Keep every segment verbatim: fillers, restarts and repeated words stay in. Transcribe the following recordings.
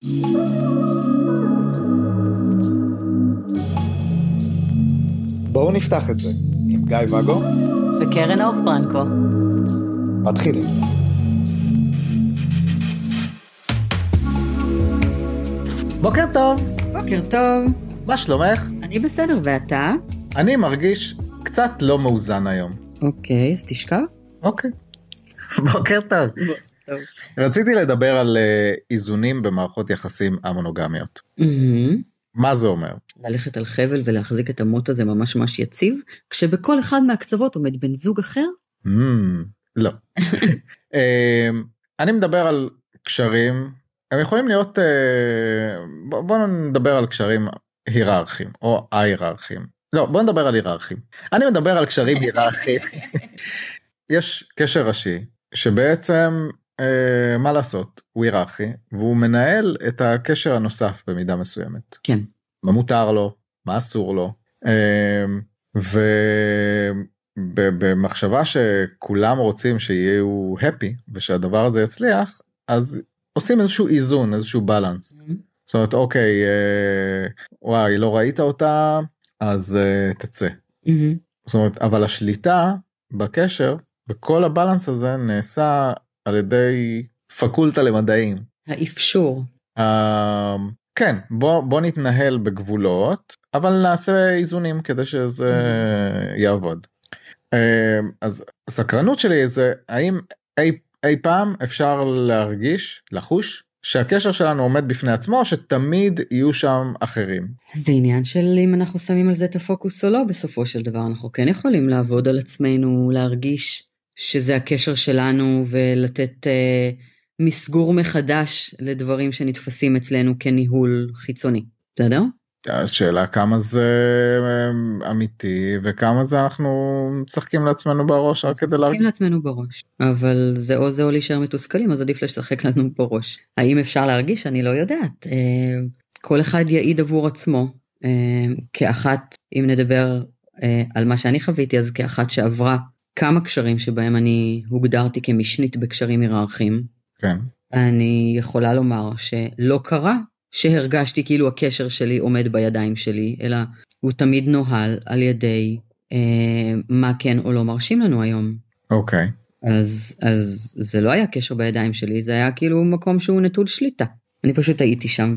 בואו נפתח את זה עם גיא וגו וקרן אור פרנקו. מתחילים. בוקר טוב. בוקר טוב. מה שלומך? אני בסדר, ואתה? אני מרגיש קצת לא מאוזן היום. אוקיי, אז תשכב. אוקיי. בוקר טוב. טוב. רציתי לדבר על uh, איזונים במערכות יחסים המונוגמיות. Mm-hmm. מה זה אומר? ללכת על חבל ולהחזיק את המוט הזה ממש ממש יציב, כשבכל אחד מהקצוות עומד בן זוג אחר? Mm, לא. uh, אני מדבר על קשרים, הם יכולים להיות, uh, בואו נדבר על קשרים היררכיים, או היררכיים. לא, בואו נדבר על היררכיים. אני מדבר על קשרים היררכיים. יש קשר ראשי, שבעצם, אה, מה לעשות, הוא היררכי, והוא מנהל את הקשר הנוסף במידה מסוימת. כן. מה מותר לו, מה אסור לו, אה, ובמחשבה שכולם רוצים שיהיו happy, ושהדבר הזה יצליח, אז עושים איזשהו איזון, איזשהו בלנס. Mm-hmm. זאת אומרת, אוקיי, אה, וואי, לא ראית אותה, אז אה, תצא. Mm-hmm. זאת אומרת, אבל השליטה בקשר, וכל הבלנס הזה נעשה על ידי פקולטה למדעים. האפשור. Uh, כן, בוא, בוא נתנהל בגבולות, אבל נעשה איזונים כדי שזה mm-hmm. יעבוד. Uh, אז הסקרנות שלי זה, האם אי, אי פעם אפשר להרגיש, לחוש, שהקשר שלנו עומד בפני עצמו, או שתמיד יהיו שם אחרים? זה עניין של אם אנחנו שמים על זה את הפוקוס או לא, בסופו של דבר אנחנו כן יכולים לעבוד על עצמנו, להרגיש שזה הקשר שלנו, ולתת אה, מסגור מחדש לדברים שנתפסים אצלנו כניהול חיצוני. בסדר? השאלה כמה זה אמיתי, וכמה זה אנחנו משחקים לעצמנו בראש, רק כדי להרגיש. משחקים לעצמנו בראש, אבל זה או זה או להישאר מתוסכלים, אז עדיף לשחק לנו בראש. האם אפשר להרגיש? אני לא יודעת. כל אחד יעיד עבור עצמו, כאחת, אם נדבר על מה שאני חוויתי, אז כאחת שעברה כמה קשרים שבהם אני הוגדרתי כמשנית בקשרים היררכיים. כן. אני יכולה לומר שלא קרה, שהרגשתי כאילו הקשר שלי עומד בידיים שלי, אלא הוא תמיד נוהל על ידי אה, מה כן או לא מרשים לנו היום. אוקיי. Okay. אז, אז זה לא היה קשר בידיים שלי, זה היה כאילו מקום שהוא נטול שליטה. אני פשוט הייתי שם,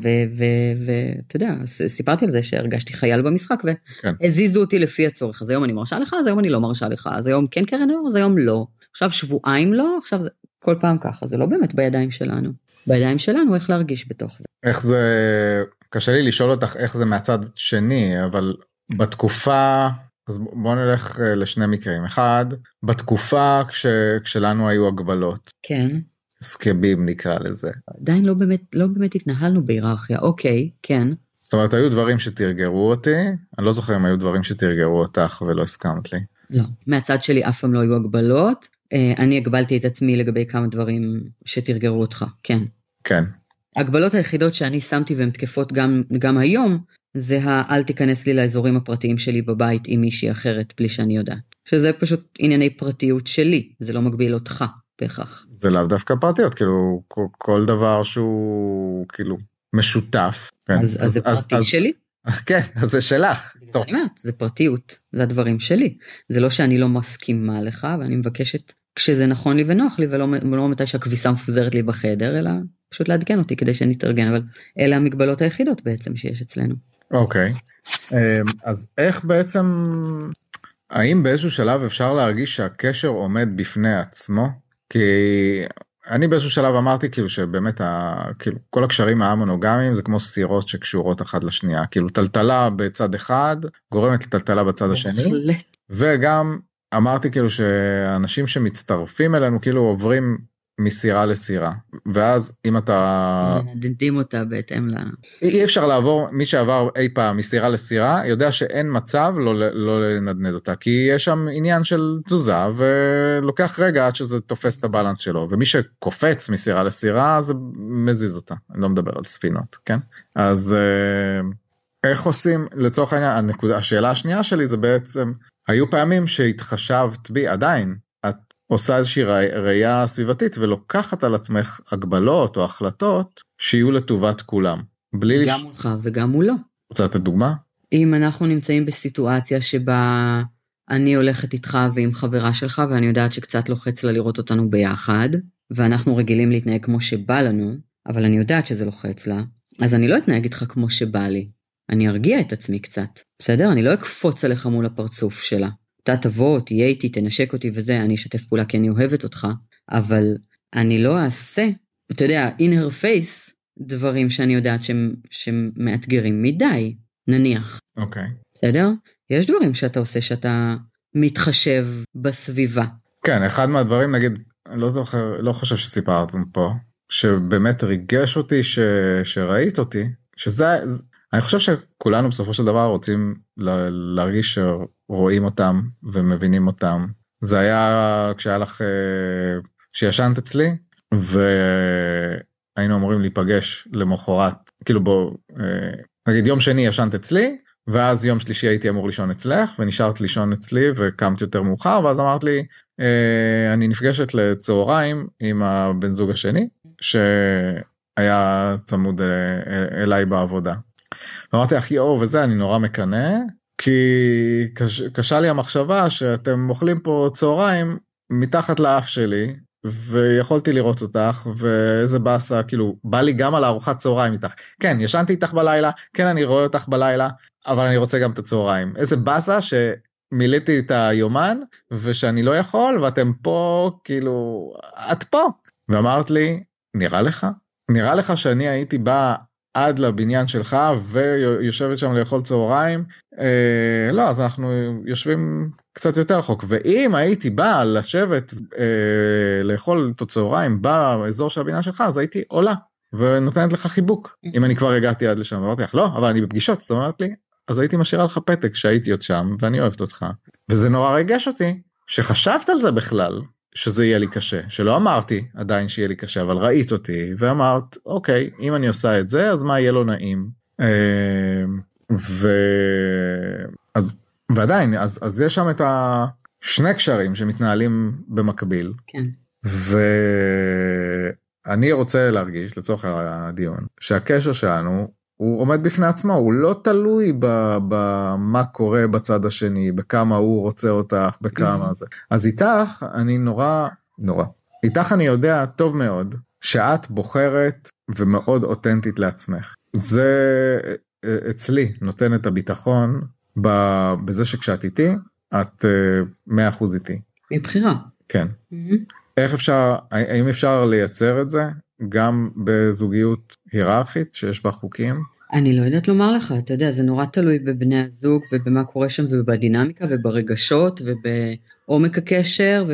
ואתה יודע, סיפרתי על זה שהרגשתי חייל במשחק, והזיזו אותי לפי הצורך. אז היום אני מרשה לך, אז היום אני לא מרשה לך, אז היום כן קרן אור, אז היום לא. עכשיו שבועיים לא, עכשיו זה כל פעם ככה, זה לא באמת בידיים שלנו. בידיים שלנו, איך להרגיש בתוך זה. איך זה, קשה לי לשאול אותך איך זה מהצד שני, אבל בתקופה, אז בואו נלך לשני מקרים. אחד, בתקופה כש, כשלנו היו הגבלות. כן. סקבים נקרא לזה. עדיין לא באמת, לא באמת התנהלנו בהיררכיה, אוקיי, כן. זאת אומרת, היו דברים שתרגרו אותי, אני לא זוכר אם היו דברים שתרגרו אותך ולא הסכמת לי. לא, מהצד שלי אף פעם לא היו הגבלות, אני הגבלתי את עצמי לגבי כמה דברים שתרגרו אותך, כן. כן. הגבלות היחידות שאני שמתי והן תקפות גם, גם היום, זה האל תיכנס לי לאזורים הפרטיים שלי בבית עם מישהי אחרת, בלי שאני יודעת. שזה פשוט ענייני פרטיות שלי, זה לא מגביל אותך בהכרח. זה לאו דווקא פרטיות, כאילו, כל, כל דבר שהוא, כאילו, משותף. כן. אז, אז, אז זה פרטי אז, שלי? כן, אז זה שלך. זה אני אומרת, זה פרטיות, זה הדברים שלי. זה לא שאני לא מסכימה לך, ואני מבקשת כשזה נכון לי ונוח לי, ולא לא מתי שהכביסה מפוזרת לי בחדר, אלא פשוט לעדכן אותי כדי שנתארגן, אבל אלה המגבלות היחידות בעצם שיש אצלנו. אוקיי, אז איך בעצם, האם באיזשהו שלב אפשר להרגיש שהקשר עומד בפני עצמו? כי אני באיזשהו שלב אמרתי כאילו שבאמת ה, כאילו, כל הקשרים המונוגמיים זה כמו סירות שקשורות אחת לשנייה, כאילו טלטלה בצד אחד, גורמת לטלטלה בצד השני, וגם אמרתי כאילו שאנשים שמצטרפים אלינו כאילו עוברים מסירה לסירה, ואז אם אתה... נדדים אותה בהתאם ל... אי אפשר לעבור, מי שעבר אי פעם מסירה לסירה, יודע שאין מצב לא, לא לנדנד אותה, כי יש שם עניין של תזוזה, ולוקח רגע עד שזה תופס את הבלנס שלו, ומי שקופץ מסירה לסירה, זה מזיז אותה, אני לא מדבר על ספינות, כן? אז איך עושים, לצורך העניין, הנקודה, השאלה השנייה שלי זה בעצם, היו פעמים שהתחשבת בי, עדיין, את עושה איזושהי ראייה סביבתית, ולוקחת על עצמך הגבלות או החלטות, שיהיו לטובת כולם. בלי גם לש... מולך וגם מולו. רוצה לתת דוגמה? אם אנחנו נמצאים בסיטואציה שבה אני הולכת איתך ועם חברה שלך, ואני יודעת שקצת לוחץ לה לראות אותנו ביחד, ואנחנו רגילים להתנהג כמו שבא לנו, אבל אני יודעת שזה לוחץ לה, אז אני לא אתנהג איתך כמו שבא לי. אני ארגיע את עצמי קצת, בסדר? אני לא אקפוץ עליך מול הפרצוף שלה. אתה תבוא, תהיה איתי, תנשק אותי וזה, אני אשתף פעולה כי אני אוהבת אותך, אבל אני לא אעשה, אתה יודע, in her face, דברים שאני יודעת שהם, שהם מאתגרים מדי, נניח. אוקיי. Okay. בסדר? יש דברים שאתה עושה שאתה מתחשב בסביבה. כן, אחד מהדברים, נגיד, לא, זוכר, לא חושב שסיפרתם פה, שבאמת ריגש אותי ש, שראית אותי, שזה, אני חושב שכולנו בסופו של דבר רוצים להרגיש שרואים אותם ומבינים אותם. זה היה כשהיה לך, שישנת אצלי, והיינו אמורים להיפגש למחרת, כאילו בוא, נגיד יום שני ישנת אצלי, ואז יום שלישי הייתי אמור לישון אצלך, ונשארת לישון אצלי, וקמתי יותר מאוחר, ואז אמרת לי, אני נפגשת לצהריים עם הבן זוג השני, שהיה צמוד אליי בעבודה. ואמרתי לך, יאו, וזה, אני נורא מקנא, כי קש, קשה לי המחשבה שאתם אוכלים פה צהריים מתחת לאף שלי, ויכולתי לראות אותך, ואיזה באסה, כאילו, בא לי גם על הארוחת צהריים איתך. כן, ישנתי איתך בלילה, כן, אני רואה אותך בלילה, אבל אני רוצה גם את הצהריים. איזה באסה שמיליתי את היומן, ושאני לא יכול, ואתם פה, כאילו, את פה. ואמרת לי, נראה לך? נראה לך שאני הייתי בא עד לבניין שלך, ויושבת שם לאכול צהריים? אה, לא, אז אנחנו יושבים קצת יותר רחוק, ואם הייתי בא לשבת, אה, לאכול את הצהריים באזור של הבניין שלך, אז הייתי עולה, ונותנת לך חיבוק, אם אני כבר הגעתי עד לשם, ואמרתי לך, לא, אבל אני בפגישות, זאת אומרת לי, אז הייתי משאירה לך פתק שהייתי עוד שם, ואני אוהבת אותך, וזה נורא רגש אותי, שחשבת על זה בכלל, שזה יהיה לי קשה, שלא אמרתי עדיין שיהיה לי קשה, אבל ראית אותי, ואמרת, אוקיי, אם אני עושה את זה, אז מה יהיה לו נעים? ו... אז, ועדיין, אז, אז יש שם את השני קשרים שמתנהלים במקביל. כן. ואני רוצה להרגיש, לצורך הדיון, שהקשר שלנו, הוא עומד בפני עצמו, הוא לא תלוי במה קורה בצד השני, בכמה הוא רוצה אותך, בכמה זה. אז איתך, אני נורא, נורא. איתך אני יודע טוב מאוד, שאת בוחרת ומאוד אותנטית לעצמך. זה אצלי נותן את הביטחון, בזה שכשאת איתי, את מאה אחוז איתי. מבחירה. כן. איך אפשר, האם אפשר לייצר את זה, גם בזוגיות היררכית, שיש בה חוקים? אני לא יודעת לומר לך, אתה יודע, זה נורא תלוי בבני הזוג, ובמה קורה שם, ובדינמיקה, וברגשות, ובעומק הקשר,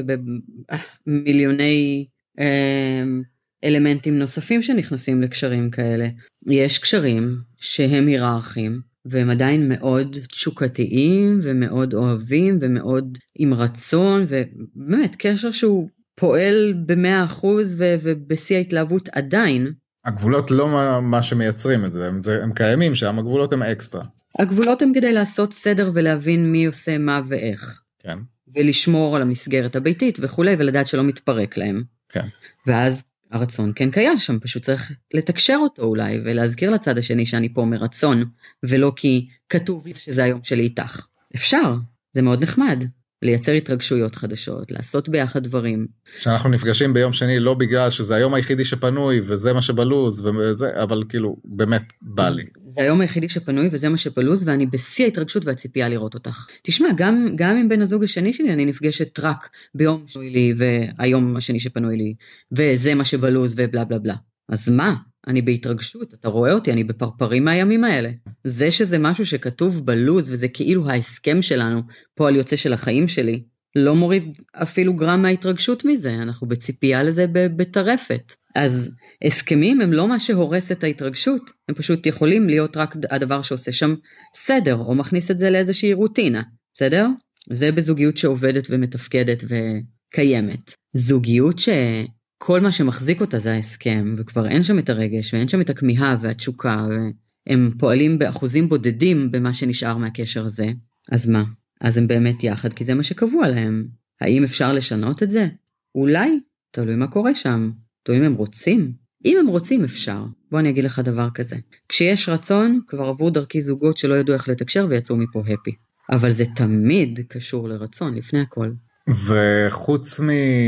ובמיליוני אה, אלמנטים נוספים שנכנסים לקשרים כאלה. יש קשרים שהם היררכיים, והם עדיין מאוד תשוקתיים, ומאוד אוהבים, ומאוד עם רצון, ובאמת קשר שהוא פועל במאה אחוז, ובשיא ההתלהבות עדיין. הגבולות לא מה, מה שמייצרים את זה, הם, זה, הם קיימים שם, הגבולות הם אקסטרה. הגבולות הם כדי לעשות סדר, ולהבין מי עושה מה ואיך. כן. ולשמור על המסגרת הביתית וכו', ולדעת שלא מתפרק להם. כן. ואז הרצון כן קיים שם, פשוט צריך לתקשר אותו אולי, ולהזכיר לצד השני שאני פה מרצון, ולא כי כתוב לי שזה היום שלי איתך. אפשר, זה מאוד נחמד, לייצר התרגשויות חדשות, לעשות ביחד דברים. שאנחנו נפגשים ביום שני לא בגלל שזה היום היחידי שפנוי, וזה מה שבלוז, וזה, אבל כאילו באמת בא לי. זה היום היחידי שפנוי, וזה מה שבלוז, ואני בשיא ההתרגשות והציפייה לראות אותך. תשמע, גם, גם עם בן הזוג השני שלי, אני נפגשת רק ביום שפנוי לי, והיום השני שפנוי לי, וזה מה שבלוז, ובלה בלה בלה. אז מה? אני בהתרגשות, אתה רואה אותי, אני בפרפרים מהימים האלה. זה שזה משהו שכתוב בלוז, וזה כאילו ההסכם שלנו, פועל יוצא של החיים שלי, לא מוריד אפילו גרם מההתרגשות מזה, אנחנו בציפייה לזה בטרפת. אז הסכמים הם לא מה שהורס את ההתרגשות, הם פשוט יכולים להיות רק הדבר שעושה שם סדר, או מכניס את זה לאיזושהי רוטינה, בסדר? זה בזוגיות שעובדת ומתפקדת וקיימת. זוגיות ש... כל מה שמחזיק אותה זה ההסכם, וכבר אין שם את הרגש, ואין שם את הכמיהה והתשוקה, והם פועלים באחוזים בודדים במה שנשאר מהקשר הזה. אז מה? אז הם באמת יחד, כי זה מה שקבוע להם. האם אפשר לשנות את זה? אולי, תלוי מה קורה שם, תלוי אם הם רוצים. אם הם רוצים אפשר. בוא אני אגיד לך דבר כזה. כשיש רצון, כבר עברו דרכי זוגות שלא ידעו איך לתקשר ויצאו מפה הפי. אבל זה תמיד קשור לרצון, לפני הכל. וחוץ מ...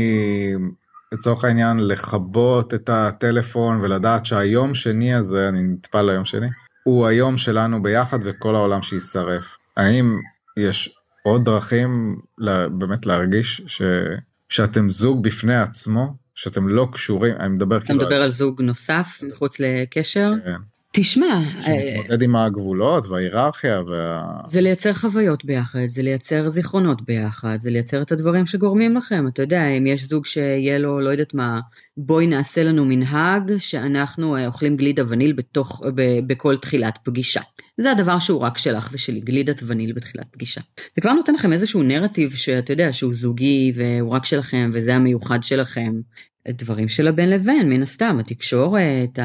לצורך העניין, לחבות את הטלפון ולדעת שהיום שני הזה, אני נטפל ליום שני, הוא היום שלנו ביחד וכל העולם שישרף. האם יש עוד דרכים באמת להרגיש ש... שאתם זוג בפני עצמו, שאתם לא קשורים, אני מדבר אתה כאילו... מדבר על זוג נוסף, מחוץ לקשר? כן. תשמע... שמתמודד עם הגבולות וההיררכיה וה... זה לייצר חוויות ביחד, זה לייצר זיכרונות ביחד, זה לייצר את הדברים שגורמים לכם. אתה יודע, אם יש זוג שיהיה לו, לא יודעת מה, בואי נעשה לנו מנהג, שאנחנו אוכלים גלידה וניל בתוך, ב, בכל תחילת פגישה. זה הדבר שהוא רק שלך ושלי, גלידת וניל בתחילת פגישה. זה כבר נותן לכם איזשהו נרטיב שאתה יודע, שהוא זוגי והוא רק שלכם, וזה המיוחד שלכם. דברים של הבן לבן, מן הסתם, התקשורת,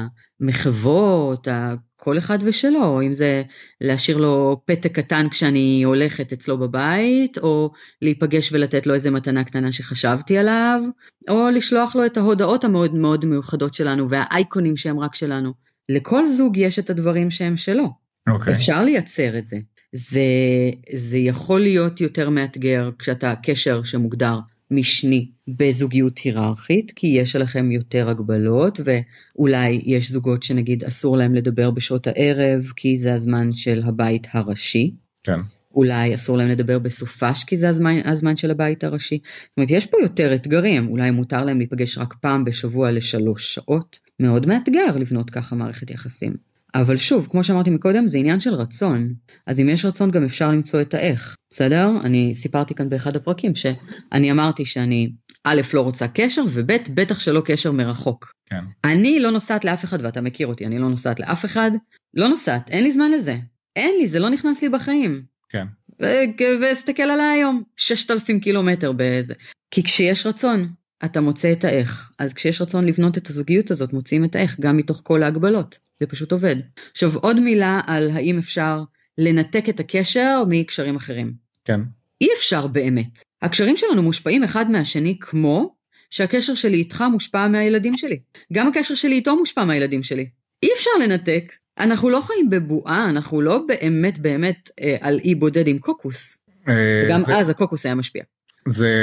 המחוות, כל אחד ושלו, אם זה להשאיר לו פתק קטן כשאני הולכת אצלו בבית, או להיפגש ולתת לו איזה מתנה קטנה שחשבתי עליו, או לשלוח לו את ההודעות המאוד מאוד מיוחדות שלנו, והאייקונים שהם רק שלנו. לכל זוג יש את הדברים שהם שלו. Okay. אפשר לייצר את זה. זה, זה יכול להיות יותר מאתגר כשאתה קשר שמוגדר משני בזוגיות היררכית, כי יש עליכם יותר הגבלות, ואולי יש זוגות שנגיד אסור להם לדבר בשעות הערב, כי זה הזמן של הבית הראשי. כן. אולי אסור להם לדבר בסופש, כי זה הזמן, הזמן של הבית הראשי. זאת אומרת, יש פה יותר אתגרים, אולי מותר להם להיפגש רק פעם בשבוע לשלוש שעות. מאוד מאתגר לבנות ככה מערכת יחסים. אבל שוב, כמו שאמרתי מקודם, זה עניין של רצון. אז אם יש רצון גם אפשר למצוא את האיך. בסדר? אני סיפרתי כאן באחד הפרקים שאני אמרתי שאני א' לא רוצה קשר, וב' בטח שלא קשר מרחוק. כן. אני לא נוסעת לאף אחד, ואתה מכיר אותי, אני לא נוסעת לאף אחד, לא נוסעת, אין לי זמן לזה. אין לי, זה לא נכנס לי בחיים. כן. ואסתכל עליי היום, ששת אלפים קילומטר באיזה. כי כשיש רצון, אתה מוצא את האיך. אז כשיש רצון לבנות את הזוגיות הזאת, מוצאים את האיך, גם מתוך כל ההגבלות. זה פשוט עובד. עכשיו, עוד מילה על האם אפשר לנתק את הקשר מקשרים אחרים. כן. אי אפשר באמת. הקשרים שלנו מושפעים אחד מהשני כמו שהקשר שלי איתך מושפע מהילדים שלי. גם הקשר שלי איתו מושפע מהילדים שלי. אי אפשר לנתק. אנחנו לא חיים בבועה, אנחנו לא באמת באמת אה, על אי בודד עם קוקוס. אה, גם זה... אז הקוקוס היה משפיע. זה...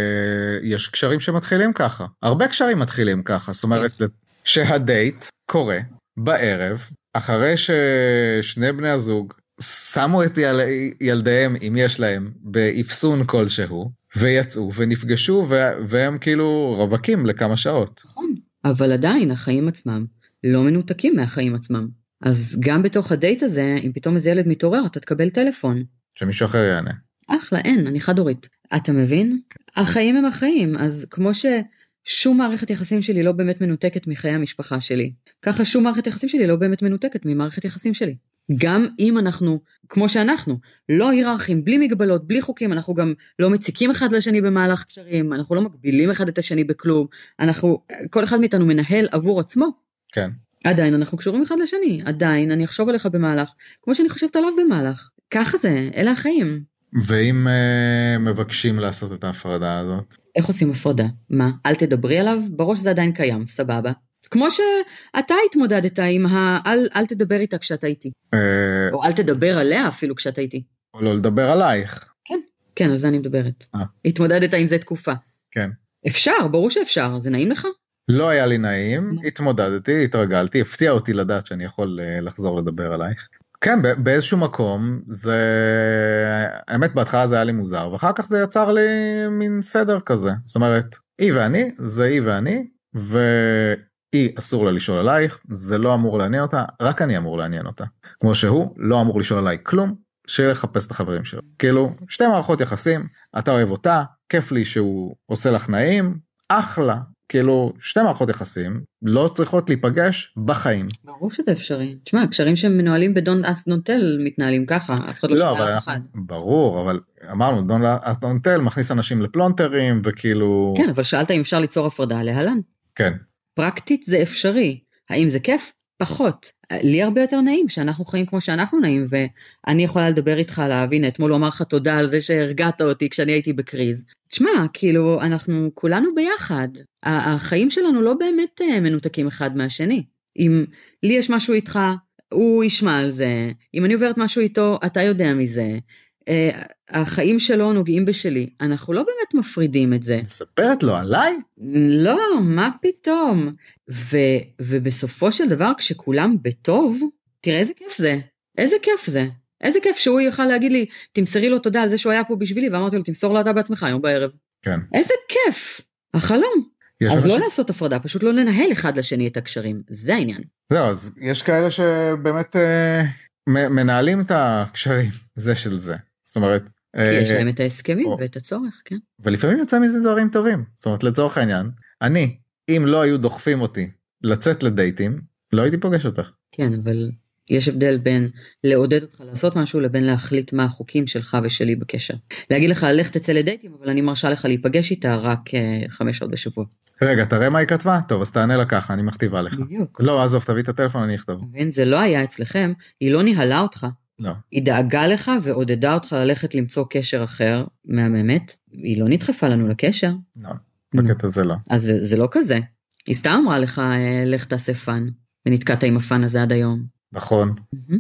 יש קשרים שמתחילים ככה. הרבה קשרים מתחילים ככה. זאת אומרת, שהדייט קורה בערב, אחרי ששני בני הזוג שמו את יל... ילדיהם, אם יש להם, באפסון כלשהו, ויצאו ונפגשו, ו... והם כאילו רווקים לכמה שעות. נכון, אבל עדיין החיים עצמם לא מנותקים מהחיים עצמם. אז גם בתוך הדייט הזה, אם פתאום איזה ילד מתעורר, אתה תקבל טלפון. שמישהו אחר יענה. אחלה, אין, אני חד-הורית. אתה מבין? החיים הם החיים, אז כמו ששום מערכת יחסים שלי לא באמת מנותקת מחיי המשפחה שלי, ככה שום מערכת יחסים שלי לא באמת מנותקת ממערכת יחסים שלי. גם אם אנחנו, כמו שאנחנו, לא היררכים, בלי מגבלות, בלי חוקים, אנחנו גם לא מציקים אחד לשני במהלך קשרים, אנחנו לא מגבילים אחד את השני בכלום, אנחנו, כל אחד מאיתנו מנהל עבור עצמו. כן. עדיין אנחנו קשורים אחד לשני, עדיין אני אחשוב עליך במהלך, כמו שאני חושבת עליו במהלך. ככה זה, אלה החיים. ואם uh, מבקשים לעשות את ההפרדה הזאת? איך עושים הפרדה? מה? אל תדברי עליו? בראש זה עדיין קיים, סבבה. כמו שאתה התמודדת עם ה... אל, אל תדבר איתה כשאתה איתי. Uh... או אל תדבר עליה אפילו כשאתה איתי. או לא לדבר עלייך. כן, כן, על זה אני מדברת. Uh. התמודדת עם זה תקופה. כן. אפשר, ברור שאפשר, זה נעים לך? לא היה לי נעים, התמודדתי, התרגלתי, הפתיע אותי לדעת שאני יכול לחזור לדבר עלייך. כן, באיזשהו מקום, זה, האמת בהתחלה זה היה לי מוזר, ואחר כך זה יצר לי מין סדר כזה. זאת אומרת, היא ואני, זה היא ואני, והיא אסור לה לשאול עלייך, זה לא אמור לעניין אותה, רק אני אמור לעניין אותה. כמו שהוא לא אמור לשאול עליי כלום, שלחפש את החברים שלו. כאילו, שתי מערכות יחסים, אתה אוהב אותה, כיף לי שהוא עושה לך נעים, אחלה. כאילו, שתי מערכות יחסים לא צריכות להיפגש בחיים. ברור שזה אפשרי. תשמע, הקשרים שמנוהלים ב-Don't Ask Don't Tell מתנהלים ככה, אף אחד לא שואל אף אחד. ברור, אבל אמרנו, Don't Ask Don't Tell מכניס אנשים לפלונטרים, וכאילו... כן, אבל שאלת אם אפשר ליצור הפרדה להלן. כן. פרקטית זה אפשרי. האם זה כיף? פחות. לי הרבה יותר נעים שאנחנו חיים כמו שאנחנו נעים, ואני יכולה לדבר איתך על הנה, אתמול הוא אמר לך תודה על זה שהרגעת אותי כשאני הייתי בקריז. תשמע, כאילו, אנחנו כולנו ביחד. החיים שלנו לא באמת מנותקים אחד מהשני. אם לי יש משהו איתך, הוא ישמע על זה. אם אני עוברת משהו איתו, אתה יודע מזה. החיים שלו נוגעים בשלי. אנחנו לא באמת מפרידים את זה. מספרת לו עליי? לא, מה פתאום? ו, ובסופו של דבר, כשכולם בטוב, תראה איזה כיף זה. איזה כיף זה. איזה כיף שהוא יוכל להגיד לי, תמסרי לו תודה על זה שהוא היה פה בשבילי, ואמרתי לו, תמסור לו אתה בעצמך היום בערב. כן. איזה כיף. החלום. אז לא לעשות הפרדה, פשוט לא לנהל אחד לשני את הקשרים. זה העניין. זהו, אז יש כאלה שבאמת אה, מנהלים את הקשרים, זה של זה. זאת אומרת... כי אה, יש להם את ההסכמים או... ואת הצורך, כן. ולפעמים יוצא מזה דברים טובים. זאת אומרת, לצורך העניין, אני, אם לא היו דוחפים אותי לצאת לדייטים, לא הייתי פוגש אותך. כן, אבל יש הבדל בין לעודד אותך לעשות משהו, לבין להחליט מה החוקים שלך ושלי בקשר. להגיד לך, לך תצא לדייטים, אבל אני מרשה לך להיפגש איתה רק uh, חמש שעות בשבוע. רגע, תראה מה היא כתבה? טוב, אז תענה לה ככה, אני מכתיבה לך. בדיוק. לא, עזוב, תביא את הטלפון, אני אכתוב. מבין, זה לא היה אצלכם, היא לא ניהלה אותך. לא. היא דאגה לך ועודדה אותך ללכת למצוא קשר אחר מהממת. היא לא נדחפה לנו לקשר. לא, בקטע זה לא. אז זה, זה לא כזה. היא סתם אמרה לך, לך תעשה פן, ונתקעת עם הפן הזה עד היום. נכון.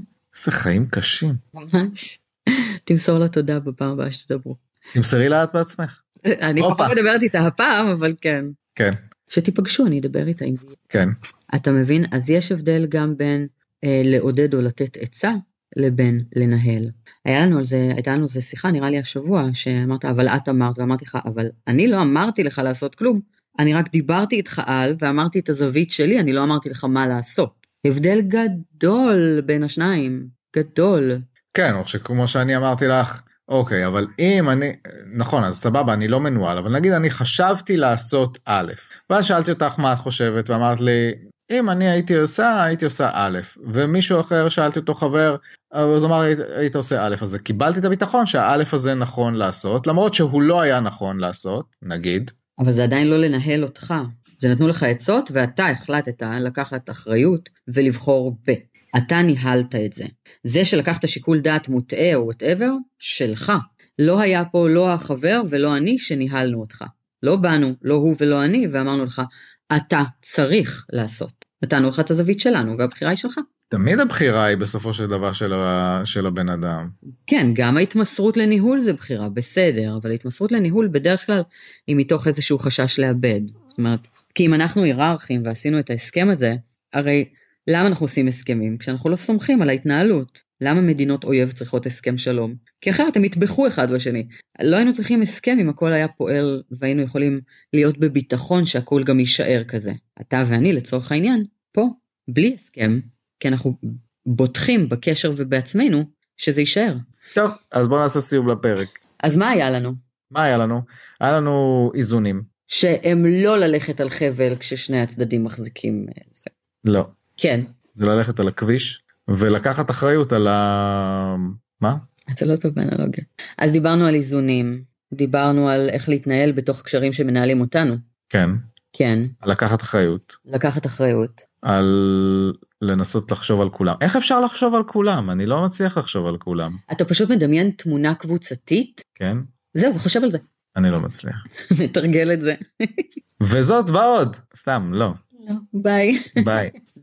זה חיים קשים. ממש. תמסור לה תודה בפעם הבאה שתדברו. תמסרי לה את בעצמך. אני פחות מדברת איתה הפעם, אבל כן. כן. שתיפגשו, אני אדבר איתה עם זה. כן. אתה מבין? אז יש הבדל גם בין אה, לעודד או לתת עצה, לבין לנהל. היה לנו על זה, הייתה לנו זה שיחה, נראה לי השבוע, שאמרת, אבל את אמרת, ואמרתי לך, אבל אני לא אמרתי לך לעשות כלום. אני רק דיברתי איתך על, ואמרתי את הזווית שלי, אני לא אמרתי לך מה לעשות. הבדל גדול בין השניים, גדול. כן, או שכמו שאני אמרתי לך, אוקיי, אבל אם אני, נכון, אז סבבה, אני לא מנועל, אבל נגיד אני חשבתי לעשות א', ואז שאלתי אותך מה את חושבת, ואמרת לי, אם אני הייתי עושה, הייתי עושה א', ומישהו אחר שאלתי אותו חבר, אז אמר לי, היית עושה א', אז קיבלתי את הביטחון שהא' הזה נכון לעשות, למרות שהוא לא היה נכון לעשות, נגיד. אבל זה עדיין לא לנהל אותך. זה נתנו לך עצות, ואתה החלטת לקחת אחריות ולבחור ב. אתה ניהלת את זה. זה שלקחת שיקול דעת מוטעה או whatever, שלך. לא היה פה לא החבר ולא אני שניהלנו אותך. לא באנו, לא הוא ולא אני, ואמרנו לך, אתה צריך לעשות. נתנו לך את הזווית שלנו, והבחירה היא שלך. תמיד הבחירה היא בסופו של דבר של, ה... של הבן אדם. כן, גם ההתמסרות לניהול זה בחירה, בסדר, אבל ההתמסרות לניהול בדרך כלל היא מתוך איזשהו חשש לאבד. זאת אומרת, כי אם אנחנו היררכיים ועשינו את ההסכם הזה, הרי למה אנחנו עושים הסכמים? כשאנחנו לא סומכים על ההתנהלות. למה מדינות אויב צריכות הסכם שלום? כי אחרת הם יטבחו אחד בשני. לא היינו צריכים הסכם אם הכל היה פועל, והיינו יכולים להיות בביטחון שהכל גם יישאר כזה. אתה ואני לצורך העניין, פה, בלי הסכם, כי אנחנו בוטחים בקשר ובעצמנו, שזה יישאר. טוב, אז בואו נעשה סיום לפרק. אז מה היה לנו? מה היה לנו? היה לנו איזונים. שהם לא ללכת על חבל כששני הצדדים מחזיקים זה. לא. כן. זה ללכת על הכביש, ולקחת אחריות על ה... מה? אתה לא טוב באנלוגיה. אז דיברנו על איזונים, דיברנו על איך להתנהל בתוך קשרים שמנהלים אותנו. כן. כן. על לקחת אחריות. לקחת אחריות. על לנסות לחשוב על כולם. איך אפשר לחשוב על כולם? אני לא מצליח לחשוב על כולם. אתה פשוט מדמיין תמונה קבוצתית? כן. זהו, וחושב על זה. אני לא מצליח. נתרגל את זה. וזאת ועוד. סתם, לא. לא, ביי. ביי.